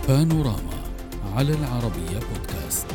بانوراما على العربية بودكاست.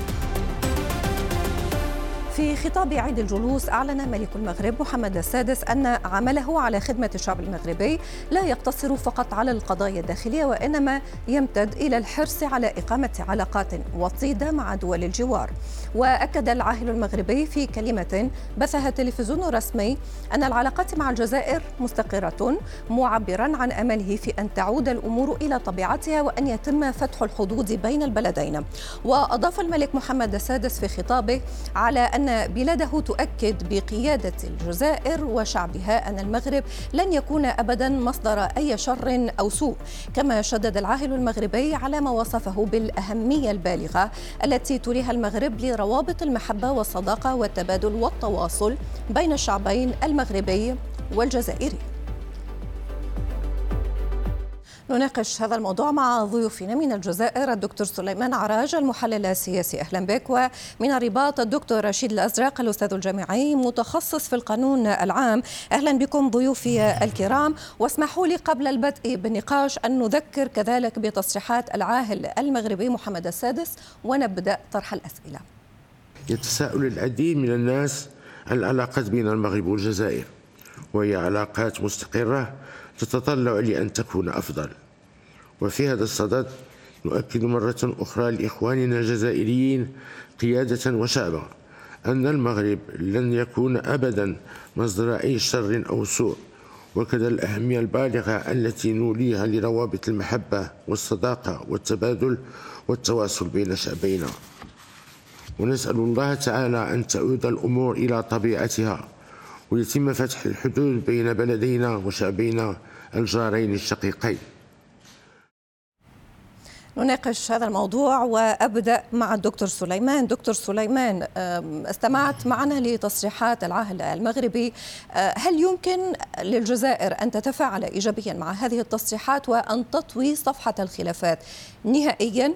في خطاب عيد الجلوس أعلن ملك المغرب محمد السادس أن عمله على خدمة الشعب المغربي لا يقتصر فقط على القضايا الداخلية، وإنما يمتد إلى الحرص على إقامة علاقات وطيدة مع دول الجوار. وأكد العاهل المغربي في كلمة بثها التلفزيون الرسمي أن العلاقات مع الجزائر مستقرة، معبرا عن أمله في أن تعود الأمور إلى طبيعتها وأن يتم فتح الحدود بين البلدين. وأضاف الملك محمد السادس في خطابه على أن بلاده تؤكد بقيادة الجزائر وشعبها أن المغرب لن يكون أبدا مصدر أي شر أو سوء. كما شدد العاهل المغربي على ما وصفه بالأهمية البالغة التي تريها المغرب لروابط المحبة والصداقة والتبادل والتواصل بين الشعبين المغربي والجزائري. نناقش هذا الموضوع مع ضيوفنا من الجزائر الدكتور سليمان عراج المحلل السياسي، أهلا بك، ومن الرباط الدكتور رشيد الأزرق الأستاذ الجامعي متخصص في القانون العام. أهلا بكم ضيوفي الكرام. واسمحوا لي قبل البدء بالنقاش أن نذكر كذلك بتصريحات العاهل المغربي محمد السادس ونبدأ طرح الأسئلة. يتساءل العديد من الناس عن العلاقات بين المغرب والجزائر، وهي علاقات مستقرة تتطلع لأن تكون أفضل. وفي هذا الصدد نؤكد مرة أخرى لإخواننا الجزائريين قيادة وشعبا أن المغرب لن يكون أبدا مصدر أي شر أو سوء، وكذا الأهمية البالغة التي نوليها لروابط المحبة والصداقة والتبادل والتواصل بين شعبينا. ونسأل الله تعالى أن تعود الأمور إلى طبيعتها ويتم فتح الحدود بين بلدينا وشعبينا الجارين الشقيقين. نناقش هذا الموضوع وأبدأ مع الدكتور سليمان. دكتور سليمان، استمعت معنا لتصريحات العاهل المغربي، هل يمكن للجزائر أن تتفاعل إيجابيا مع هذه التصريحات وأن تطوي صفحة الخلافات نهائيا؟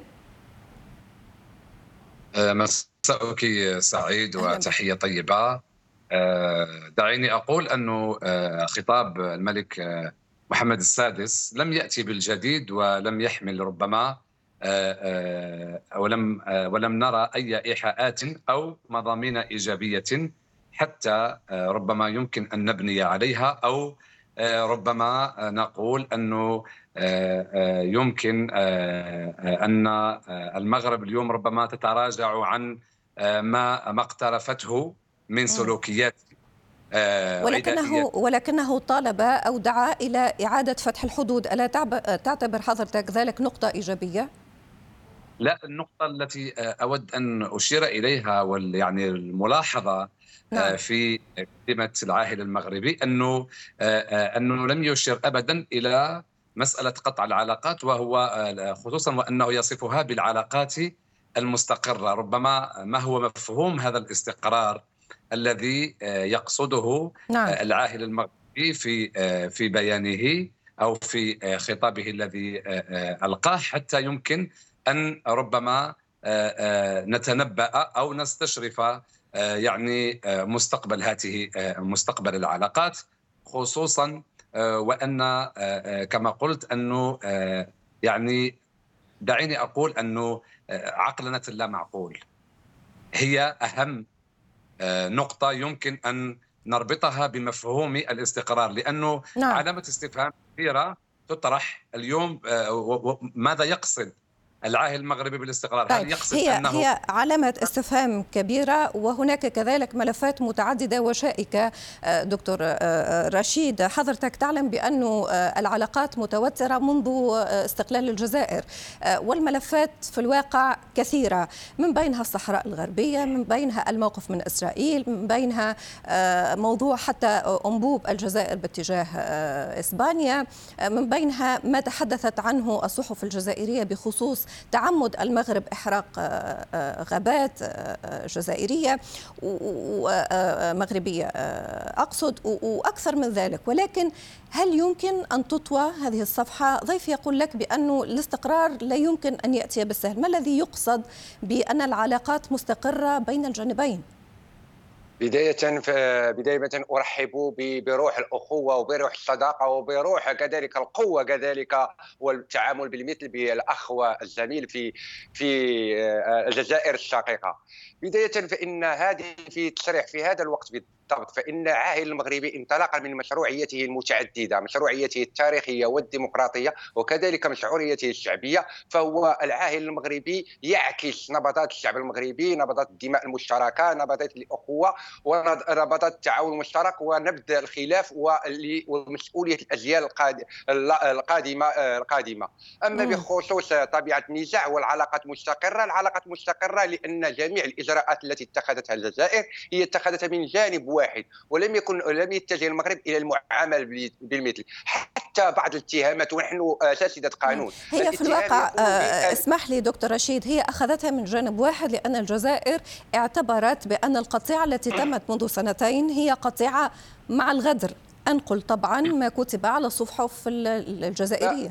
مساءك سعيد وتحية طيبة. دعيني أقول أنه خطاب الملك محمد السادس لم يأتي بالجديد ولم يحمل ربما ولم نرى أي إيحاءات أو مضامين إيجابية حتى ربما يمكن أن نبني عليها، أو ربما نقول أنه يمكن أن المغرب اليوم ربما تتراجع عن ما اقترفته من سلوكيات، ولكنه طالب أو دعا إلى إعادة فتح الحدود. ألا تعتبر حضرتك ذلك نقطة إيجابية؟ لا، النقطة التي أود أن أشير إليها يعني الملاحظة في كلمة العاهل المغربي أنه لم يشير أبدا إلى مسألة قطع العلاقات، وهو خصوصا وأنه يصفها بالعلاقات المستقرة. ربما ما هو مفهوم هذا الاستقرار الذي يقصده العاهل المغربي في بيانه أو في خطابه الذي ألقاه، حتى يمكن أن ربما نتنبأ أو نستشرف يعني مستقبل العلاقات، خصوصا وأن كما قلت أنه يعني دعيني أقول أنه عقلنة اللامعقول هي أهم نقطة يمكن أن نربطها بمفهوم الاستقرار، لأنه علامة استفهام كبيرة تطرح اليوم. ماذا يقصد العاهل المغربي بالاستقرار؟ هل يقصد هي علامة استفهام كبيرة، وهناك كذلك ملفات متعددة وشائكة. دكتور رشيد، حضرتك تعلم بأن العلاقات متوترة منذ استقلال الجزائر، والملفات في الواقع كثيرة، من بينها الصحراء الغربية، من بينها الموقف من إسرائيل، من بينها موضوع حتى أنبوب الجزائر باتجاه إسبانيا، من بينها ما تحدثت عنه الصحف الجزائرية بخصوص تعمد المغرب إحراق غابات جزائرية ومغربية أقصد، وأكثر من ذلك. ولكن هل يمكن أن تطوى هذه الصفحة؟ ضيف يقول لك بأنه الاستقرار لا يمكن أن يأتي بالسهل. ما الذي يقصد بأن العلاقات مستقرة بين الجانبين؟ بداية أرحب بروح الأخوة وبروح الصداقة وبروح كذلك القوة كذلك والتعامل بالمثل بالأخ والزميل في الجزائر الشقيقة. بداية فإن هذه في تصريح في هذا الوقت بالضبط، فإن عاهل المغربي انطلاقا من مشروعيته المتعددة، مشروعيته التاريخية والديمقراطية وكذلك مشروعيته الشعبية، فهو العاهل المغربي يعكس نبضات الشعب المغربي، نبضات الدماء المشتركة، نبضات الأخوة ونبضات التعاون المشترك ونبذ الخلاف ومسؤولية الأجيال القادمة. أما بخصوص طبيعة النزاع والعلاقات المستقرة، العلاقات مستقرة لأن جميع الإجراءات التي اتخذتها الجزائر هي اتخذتها من جانب واحد، لم يتجه المغرب إلى المعاملة بالمثل، حتى بعض الاتهامات، ونحن أساتذة قانون. هي في الواقع اسمح لي دكتور رشيد، هي أخذتها من جانب واحد لأن الجزائر اعتبرت بأن القطيعة التي تمت منذ سنتين هي قطيعة مع الغدر، أنقل طبعا ما كتب على الصحف الجزائرية.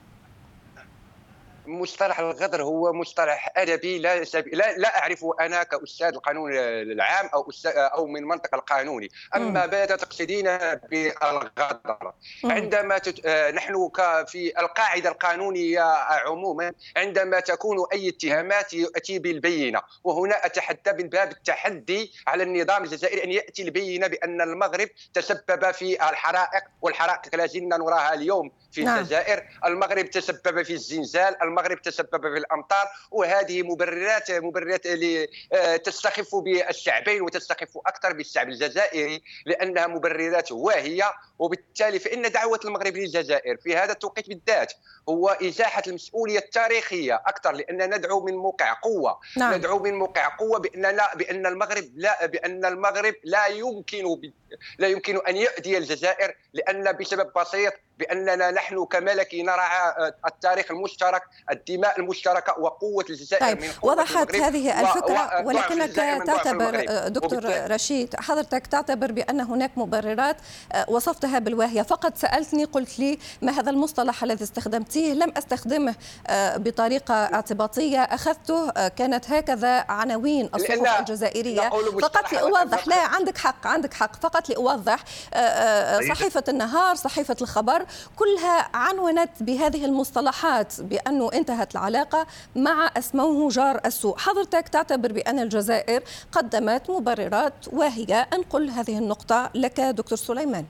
مصطلح الغدر هو مصطلح أدبي لا أعرفه أنا كأستاذ القانون العام أو من منطق القانوني. أما ماذا تقصدين بالغدر؟ عندما نحن في القاعدة القانونية عموما عندما تكون أي اتهامات يأتي بالبينة، وهنا أتحدى من باب التحدي على النظام الجزائري أن يأتي البينة بأن المغرب تسبب في الحرائق، والحرائق لا زلنا نراها اليوم في الجزائر. المغرب تسبب في الزلزال، المغرب تسبب في الأمطار، وهذه مبررات اللي تستخف بالشعبين وتستخف أكثر بالشعب الجزائري لأنها مبررات واهية. وبالتالي فإن دعوة المغرب للجزائر في هذا التوقيت بالذات هو إزاحة المسؤولية التاريخية أكثر، لأن ندعو من موقع قوة. ندعو من موقع قوة بأن المغرب لا يمكن أن يؤذي الجزائر، لأن بسبب بسيط بأننا نحن كملك نرعى التاريخ المشترك، الدماء المشتركة وقوة الجزائر. طيب، من وضحت هذه الفكرة، ولكنك تعتبر دكتور رشيد، حضرتك تعتبر بأن هناك مبررات وصفتها بالواهية. فقط سألتني، قلت لي ما هذا المصطلح الذي استخدمتيه؟ لم أستخدمه بطريقة اعتباطية، أخذته كانت هكذا عناوين الصحف الجزائرية فقط لأوضح. لا، عندك حق، فقط لأوضح. صحيفة النهار، صحيفة الخبر، كلها عنونت بهذه المصطلحات بأنه انتهت العلاقة مع اسموه جار السوء. حضرتك تعتبر بأن الجزائر قدمت مبررات واهية. أنقل هذه النقطة لك دكتور سليمان.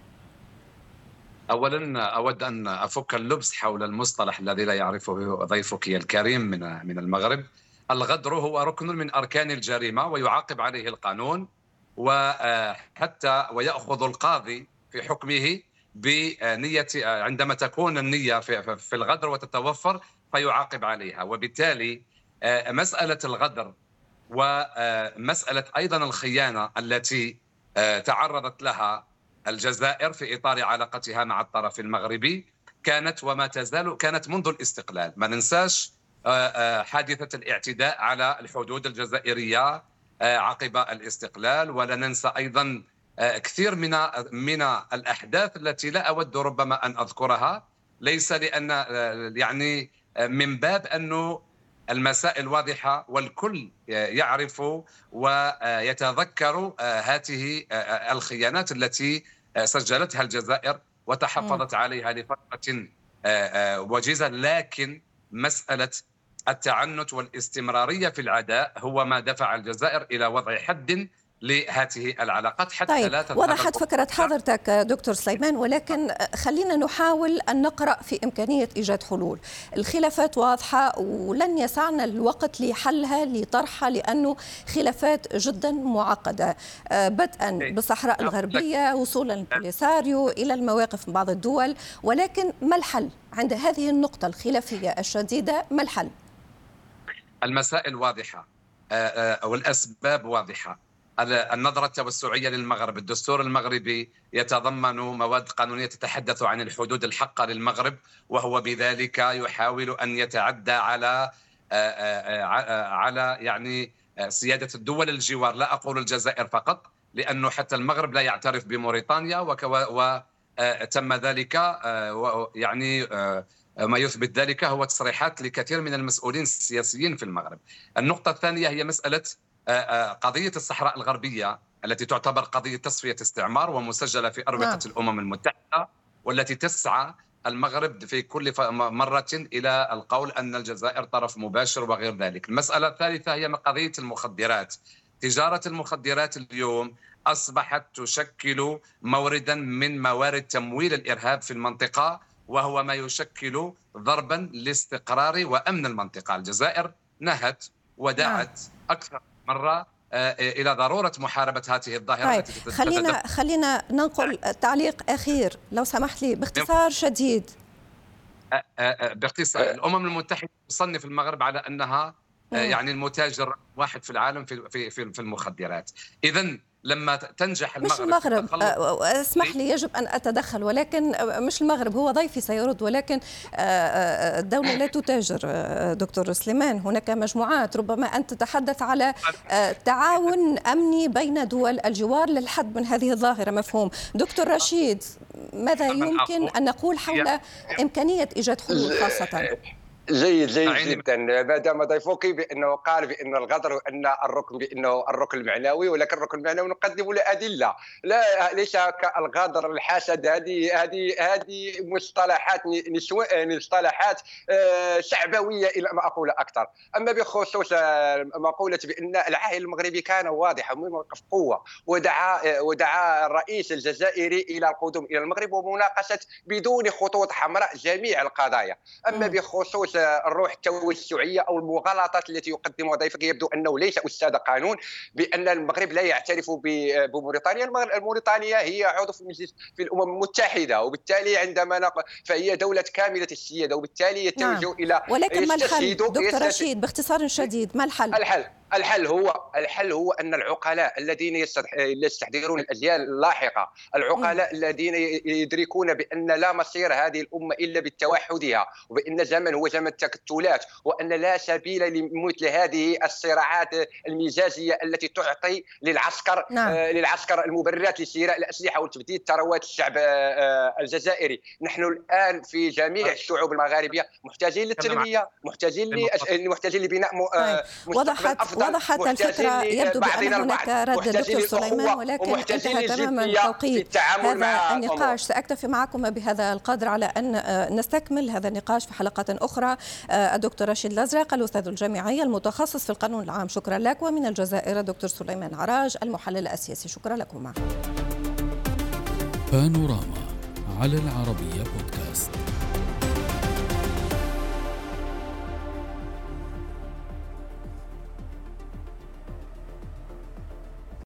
أولا أود أن أفك اللبس حول المصطلح الذي لا يعرفه ضيفك الكريم من المغرب. الغدر هو ركن من أركان الجريمة ويعاقب عليه القانون، وحتى ويأخذ القاضي في حكمه بنية عندما تكون النية في الغدر وتتوفر فيعاقب عليها. وبالتالي مسألة الغدر ومسألة أيضا الخيانة التي تعرضت لها الجزائر في إطار علاقتها مع الطرف المغربي كانت وما تزال كانت منذ الاستقلال. ما ننساش حادثة الاعتداء على الحدود الجزائرية عقب الاستقلال، ولا ننسى أيضا كثير من الأحداث التي لا أود ربما أن أذكرها، ليس لأن يعني من باب أنه المسائل واضحة والكل يعرف ويتذكر هذه الخيانات التي سجلتها الجزائر وتحفظت عليها لفترة وجيزة. لكن مسألة التعنت والاستمرارية في العداء هو ما دفع الجزائر إلى وضع حد لهذه العلاقات حتى لا تتحدث. وضحت فكرة حضرتك دكتور سليمان، ولكن خلينا نحاول أن نقرأ في إمكانية إيجاد حلول. الخلافات واضحة ولن يسعنا الوقت لحلها لطرحها، لأنه خلافات جدا معقدة، بدءا بالصحراء الغربية وصولا للبوليساريو إلى المواقف من بعض الدول. ولكن ما الحل عند هذه النقطة الخلافية الشديدة؟ ما الحل؟ المسائل واضحة والأسباب واضحة. النظرة التوسعية للمغرب، الدستور المغربي يتضمن مواد قانونية تتحدث عن الحدود الحقة للمغرب، وهو بذلك يحاول أن يتعدى على يعني سيادة الدول الجوار. لا أقول الجزائر فقط، لأنه حتى المغرب لا يعترف بموريتانيا وتم ذلك، يعني ما يثبت ذلك هو تصريحات لكثير من المسؤولين السياسيين في المغرب. النقطة الثانية هي مسألة قضية الصحراء الغربية التي تعتبر قضية تصفية استعمار ومسجلة في أروقة الأمم المتحدة، والتي تسعى المغرب في كل مرة إلى القول أن الجزائر طرف مباشر وغير ذلك. المسألة الثالثة هي قضية المخدرات. تجارة المخدرات اليوم أصبحت تشكل موردا من موارد تمويل الإرهاب في المنطقة، وهو ما يشكل ضربا لاستقرار وأمن المنطقة. الجزائر نهت ودعت أكثر مرة إلى ضرورة محاربة هذه الظاهرة. طيب خلينا ننقل تعليق أخير لو سمحت لي باختصار شديد. باختصار، الأمم المتحدة تصنف المغرب على أنها يعني المتاجر واحد في العالم في المخدرات. إذن لما تنجح مش المغرب، اسمح لي يجب أن أتدخل، ولكن مش المغرب، هو ضيفي سيرد، ولكن الدولة لا تتاجر دكتور سليمان. هناك مجموعات، ربما أنت تتحدث على تعاون أمني بين دول الجوار للحد من هذه الظاهرة، مفهوم. دكتور رشيد، ماذا يمكن أن نقول حول إمكانية إيجاد حلول خاصة؟ جيد جدا. ما دام ضيفك بانه قال بان الغدر وان الركن بانه الركن المعنوي، ولكن الركن المعنوي نقدم له ادله، لا ليس كالغدر الحسد. هذه مصطلحات مصطلحات شعبويه الى ما اقول اكثر. اما بخصوص مقوله بان العاهل المغربي كان واضحا وموقف قوه، ودعا الرئيس الجزائري الى القدوم الى المغرب ومناقشه بدون خطوط حمراء جميع القضايا. اما بخصوص الروح التوسعيه او المغالطات التي يقدمها ضيفك، يبدو انه ليس استاذ قانون، بان المغرب لا يعترف بموريتانيا. موريتانيا هي عضو في مجلس في الامم المتحده، وبالتالي عندما فهي دوله كامله السياده، وبالتالي يتوجه الى ولكن ما الحل دكتور رشيد باختصار شديد؟ ما الحل؟ الحل هو ان العقلاء الذين يستحضرون الاجيال اللاحقه، العقلاء الذين يدركون بان لا مصير هذه الامه الا بتوحدها، وبان زمن هو زمن التكتلات، وان لا سبيل لمثل هذه الصراعات المزاجيه التي تعطي للعسكر المبررات لشراء الاسلحه وتبديد ثروات الشعب الجزائري. نحن الان في جميع الشعوب المغاربيه محتاجين للتنميه، محتاجين لبناء مستقبل افضل. وضحت الفكرة. يبدو بأن هناك رد دكتور سليمان، ولكن انتهى تماما توقيت هذا النقاش. سأكتفي معكم بهذا القدر على أن نستكمل هذا النقاش في حلقة أخرى. الدكتور رشيد الأزرق الأستاذ الجامعي المتخصص في القانون العام، شكرا لك. ومن الجزائر الدكتور سليمان عراج المحلل السياسي، شكرا لكم. بانوراما على العربية بودكاست.